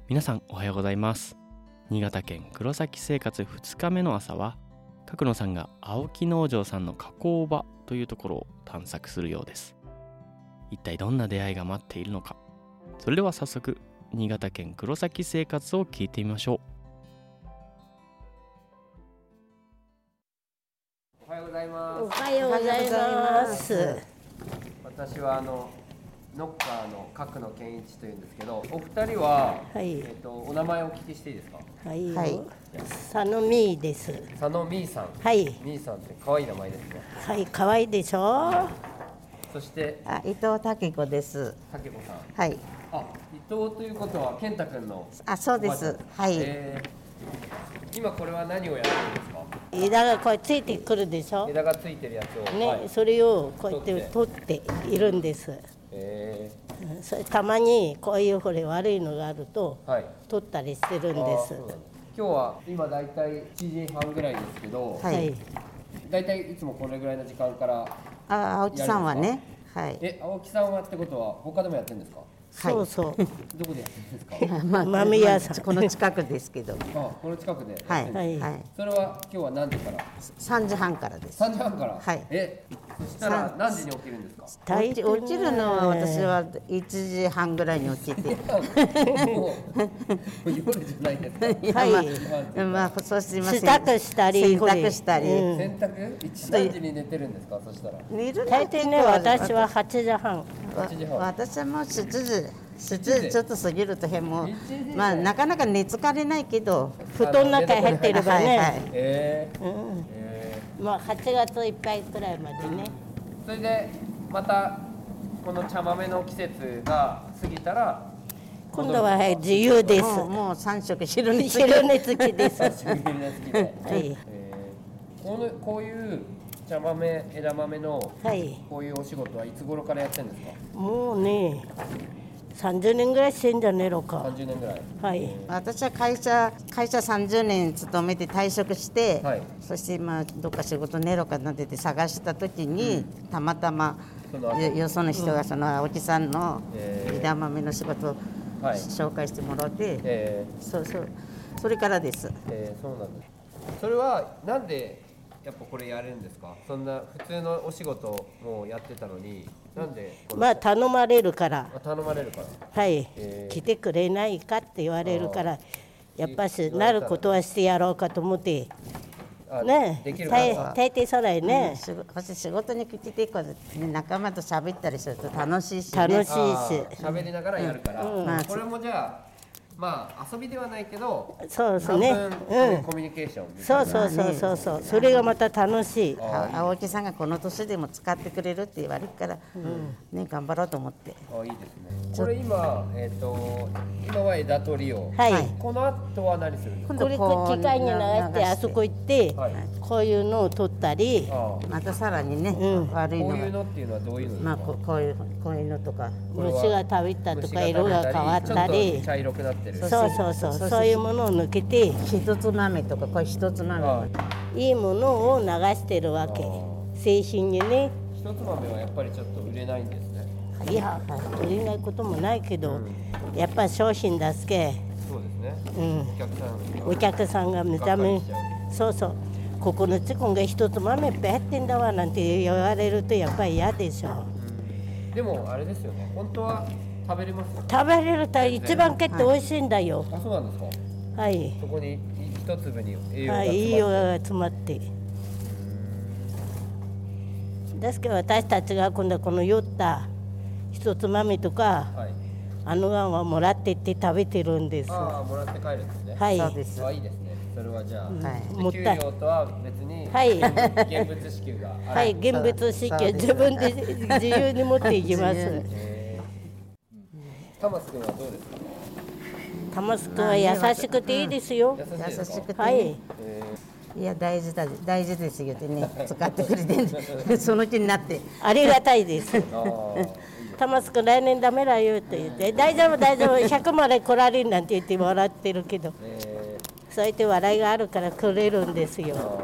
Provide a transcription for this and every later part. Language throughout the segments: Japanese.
皆さんおはようございます。新潟県黒崎生活2日目の朝は、角野さんが青木農場さんの加工場というところを探索するようです。一体どんな出会いが待っているのか。それでは早速新潟県黒崎生活を聞いてみましょう。 おはようございます。 おはようございます。 私はノッカーの角野健一というんですけど、お二人は、 はい、 お名前をお聞きしていいですか？ はい、はい、佐野美です。 佐野美さん。 はい。 美さんって可愛い名前ですね。 はい、可愛いでしょ。 そして伊藤武子です。 武子さん。 はい。 伊藤ということは健太くんの。 そうです。はい。 今これは何をやってるんですか？ 枝がこうついてくるでしょ。 枝がついてるやつを。 ね、はい、それをこうやって取っているんです。それたまにこういうほれ悪いのがあると、はい、取ったりしてるんです。 今日は今だいたい7時半ぐらいですけど、はい、だいたいいつもこれぐらいの時間から青木さんはね、はい、 青木さんはってことは他でもやってるんですか？ そうそう。 どこでやってるんですか？ 豆屋さん。 この近くですけど。 この近くで。 はい。 それは今日は何時から ？3時半からです。 3時半から。 はい。 そしたら何時に起きるんですか？ 落ちるのは私は1時半ぐらいに起きて。 もう夜じゃないですか？ はい。まあそうすみません。 洗濯したり。 洗濯したり。 洗濯？1時に寝てるんですか？そしたら。 大抵ね、私は8時半。 私はもう7時ちょっと過ぎるともうまあなかなか寝つかれないけど布団の中に入ってればね、まあ8月いっぱいくらいまでね。 それでまたこの茶豆の季節が過ぎたら今度は自由です。 もう3食昼寝付きです。 こういう茶豆、枝豆のこういうお仕事はいつ頃からやってるんですか？ もうね、30年ぐらいしてんじゃねえのか。 30年ぐらい。 はい。 私は会社30年勤めて退職して、はい、そしてどっか仕事ねえのかなんて探した時に、たまたまよその人がその青木さんの枝豆の仕事を紹介してもらって、それからです。 そうなんです。それはなんでやっぱこれやるんですか？そんな普通のお仕事もやってたのになんで？ 頼まれるから。 頼まれるから。 はい、来てくれないかって言われるから、やっぱしなることはしてやろうかと思って。ね、大抵そうだよね。 仕事に来て仲間と喋ったりすると楽しいし、 楽しいし。 喋りながらやるから。これもじゃあ。遊びではないけど、 そうですね。 コミュニケーション。 そう。それがまた楽しい。 青木さんがこの年でも使ってくれるって言われるから、ね頑張ろうと思って。 いいですね。これ今は枝取りを。 はい。 この後は何するんですか？ これ機械に流してあそこ行って、こういうのを取ったり、 またさらにね悪いの。 こういうのっていうのはどういうのですか？ こういうのとか。 虫が食べたとか色が変わったり。 茶色くなって。 そういうものを抜けて一つ豆とかこれ一つ豆いいものを流してるわけ。精神にね。 一つ豆はやっぱりちょっと売れないんですね。 いや売れないこともないけど、やっぱ商品出すけ。 そうですね。 お客さんが目覚めここのチコンが一つ豆いっぱい入ってんだわなんて言われるとやっぱり嫌でしょ。 でもあれですよね。本当は食べれます？ 食べれると一番かって美味しいんだよ。 そうなんですか？ はい。 そこに一粒に栄養が詰まって。ですけど私たちが今度はこの酔った一つ豆とか、あのがんはもらってって食べてるんです。 もらって帰るんですね。 はい。 そうです。 いいですね。それはじゃあ、給もったい料とは別に現物支給が。 はい、現物支給自分で自由に持っていきます。 タマス君はどうですか？ タマス君は優しくていいですよ。 優しくて。 はい。 いや大事ですよってね使ってくれてその気になってありがたいです。タマス君来年ダメだよって言って大丈夫100まで来られるなんて言って笑ってるけど、そうやって笑いがあるから来れるんですよ。いいですね。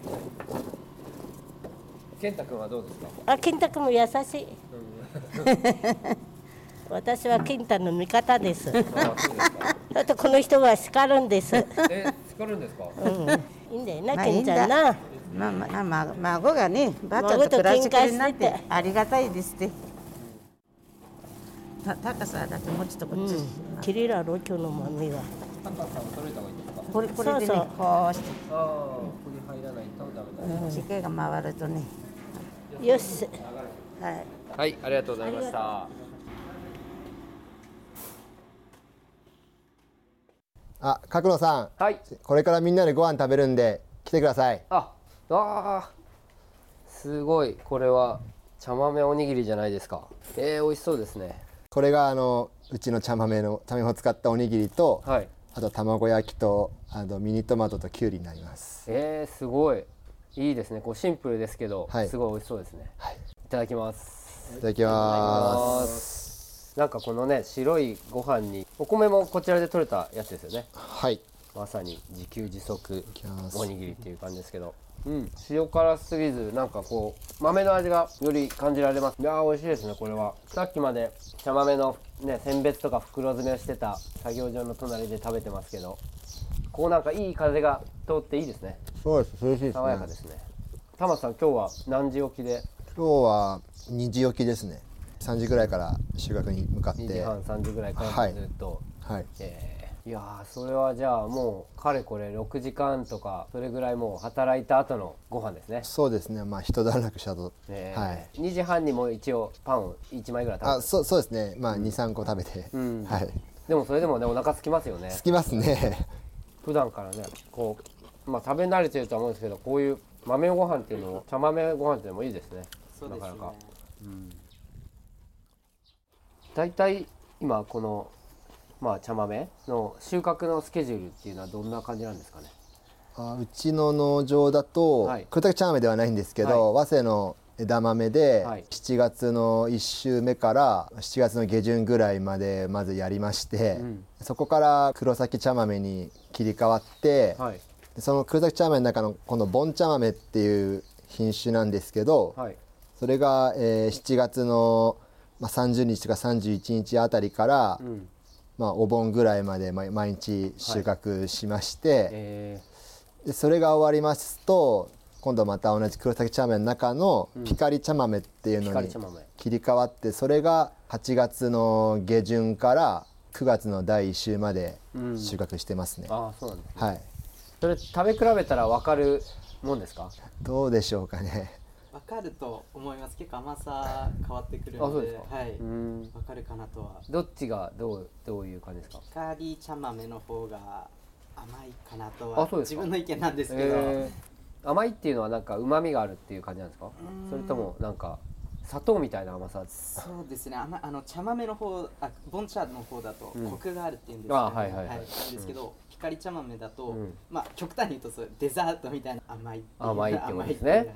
健太君はどうですか？ 健太君も優しい。私は健太の味方です。 だってこの人が叱るんです。 叱るんですか？ いいんだよな、ケンちゃんな。 孫がね、ばあちゃんと暮らしてくれるなんてありがたいですって。高さだってもうちょっとこっち。 切れらろ今日の豆は。 高さを取れた方がいいですか？ これでね、こうして。 ここに入らないとダメだ。 時計が回るとね。 よし。 はい、ありがとうございました。 角野さん、 はい、 これからみんなでご飯食べるんで来てください。 すごい、これは茶豆おにぎりじゃないですか。美味しそうですね。 これがうちの茶豆を使ったおにぎりと、 はい、 あと卵焼きとミニトマトときゅうりになります。 すごいいいですね。こうシンプルですけど、 はい、 すごい美味しそうですね。はい、いただきます。 いただきます。 なんかこのね、白いご飯にお米もこちらで採れたやつですよね。 はい、 まさに自給自足おにぎりっていう感じですけど、塩辛すぎず、なんかこう豆の味がより感じられます。いやー、美味しいですね。これはさっきまで茶豆のね、選別とか袋詰めをしてた作業場の隣で食べてますけど、こうなんかいい風が通っていいですね。 そうです、美味しいですね。 爽やかですね。玉さん、今日は何時起きで？ 今日は2時起きですね。3時ぐらいから収穫に向かって 2時半3時ぐらいからずっと、いやー、それはじゃあもうかれこれ6時間とかそれぐらいもう働いた後のご飯ですね。 そうですね、一段落したと、 2時半にも一応パンを1枚ぐらい食べて、 そうですね、2、3個食べて、 でもそれでもね、お腹空きますよね。 空きますね。 普段からね、こう食べ慣れてるとは思うんですけど、こういう豆ご飯っていうのも、茶豆ご飯っていうのもいいですね。なかなか。だいたい今この茶豆の収穫のスケジュールっていうのはどんな感じなんですかね？ うちの農場だと、これだけ茶豆ではないんですけど、早生の枝豆で7月の1週目から7月の下旬ぐらいまでまずやりまして、そこから黒崎茶豆に切り替わって、その黒崎茶豆の中のこの盆茶豆っていう品種なんですけど、それが7月の30日とか31日あたりから、お盆ぐらいまで毎日収穫しまして、でそれが終わりますと今度また同じ黒崎茶豆の中のピカリ茶豆っていうのに切り替わって、それが8月の下旬から9月の第1週まで収穫してますね。 そうなんですね。それ食べ比べたら分かるもんですか？ どうでしょうかね。 分かると思います。結構甘さ変わってくるので、分かるかなとは。 どっちがどういう感じですか？ ピカリ茶豆の方が甘いかなとは自分の意見なんですけど、 甘いっていうのはなんか旨味があるっていう感じなんですか？それともなんか砂糖みたいな甘さ？ そうですね。茶豆の方、盆茶の方だとコクがあるっていうんですけど、なんですけど、ピカリ茶豆だと、極端に言うとデザートみたいな甘いってことですね。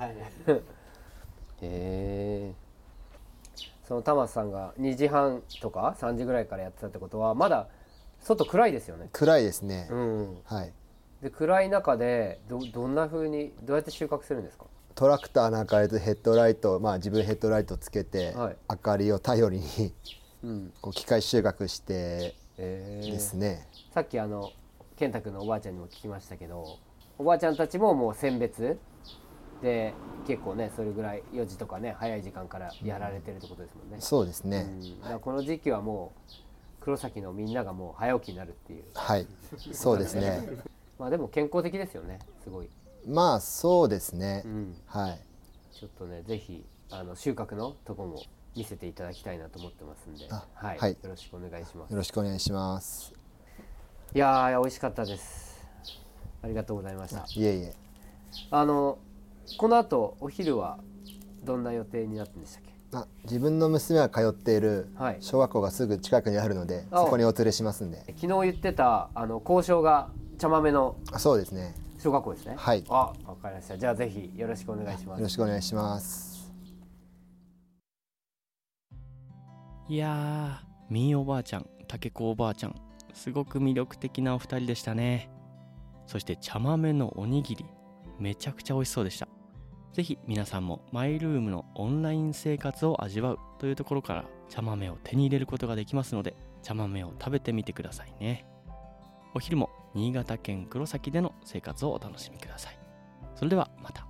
その玉さんが2時半とか3時ぐらいからやってたってことは、まだ外暗いですよね。 暗いですね。 で暗い中でどんな風にどうやって収穫するんですか？ トラクターなんかでヘッドライト、自分ヘッドライトつけて、明かりを頼りに、こう機械収穫してですね。 さっき健太君のおばあちゃんにも聞きましたけど、おばあちゃんたちももう選別で結構ね、それぐらい4時とかね、早い時間からやられてるってことですもんね。 そうですね。 だからこの時期はもう黒崎のみんながもう早起きになるっていう。 そうですね。 でも健康的ですよね、すごい。 そうですね。 ちょっとね、ぜひ収穫のとこも見せていただきたいなと思ってますんで、よろしくお願いします。 よろしくお願いします。 いやー、美味しかったです。ありがとうございました。 いえいえ。 この後お昼はどんな予定になってんでしたっけ？ 自分の娘が通っている小学校がすぐ近くにあるので、そこにお連れしますんで。 昨日言ってた校章が茶豆のそうですね、 小学校ですね。 わかりました。じゃあぜひよろしくお願いします。 よろしくお願いします。 いやー、みーおばあちゃん、たけこおばあちゃん、すごく魅力的なお二人でしたね。そして茶豆のおにぎり、めちゃくちゃ美味しそうでした。ぜひ皆さんもマイルームのオンライン生活を味わうというところから茶豆を手に入れることができますので、茶豆を食べてみてくださいね。 お昼も新潟県黒崎での生活をお楽しみください。それではまた。